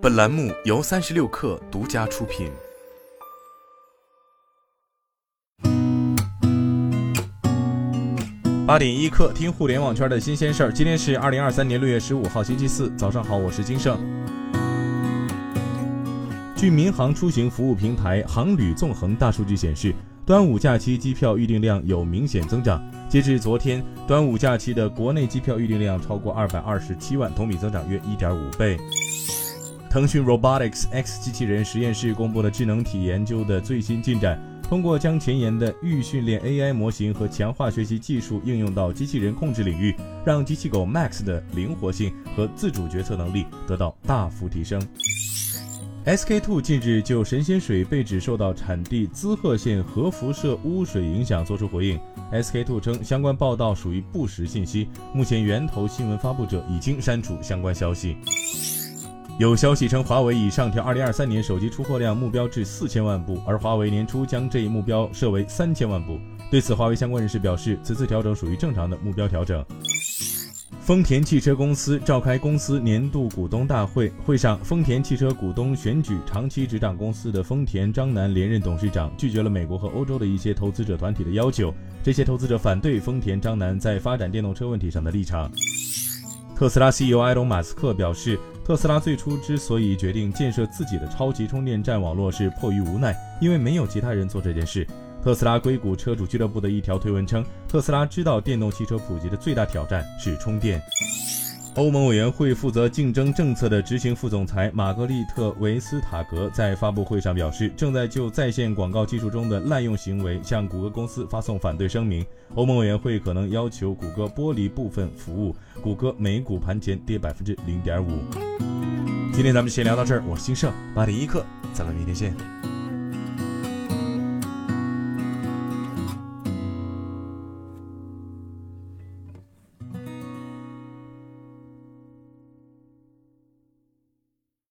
本栏目由36氪独家出品。 8点1刻，听互联网圈的新鲜事儿。今天是2023年6月15号，星期四，早上好，我是金盛。据民航出行服务平台航旅纵横大数据显示，端午假期机票预订量有明显增长。截至昨天，端午假期的国内机票预订量超过227万，同比增长约 1.5 倍。腾讯 Robotics X 机器人实验室公布了智能体研究的最新进展，通过将前沿的预训练 AI 模型和强化学习技术应用到机器人控制领域，让机器狗 Max 的灵活性和自主决策能力得到大幅提升。SK-II 近日就神仙水被指受到产地滋贺县核辐射污水影响作出回应。SK-II 称相关报道属于不实信息，目前源头新闻发布者已经删除相关消息。有消息称，华为已上调2023年手机出货量目标至4000万部，而华为年初将这一目标设为3000万部。对此，华为相关人士表示，此次调整属于正常的目标调整。丰田汽车公司召开公司年度股东大会，会上丰田汽车股东选举长期执掌公司的丰田章男连任董事长，拒绝了美国和欧洲的一些投资者团体的要求。这些投资者反对丰田章男在发展电动车问题上的立场。特斯拉 CEO 埃隆·马斯克表示，特斯拉最初之所以决定建设自己的超级充电站网络是迫于无奈，因为没有其他人做这件事。特斯拉硅谷车主俱乐部的一条推文称，特斯拉知道电动汽车普及的最大挑战是充电。欧盟委员会负责竞争政策的执行副总裁玛格丽特·维斯塔格在发布会上表示，正在就在线广告技术中的滥用行为向谷歌公司发送反对声明。欧盟委员会可能要求谷歌剥离部分服务，谷歌每股盘前跌 0.5%。今天咱们就先聊到这儿，我是金盛，8点1刻，咱们明天见。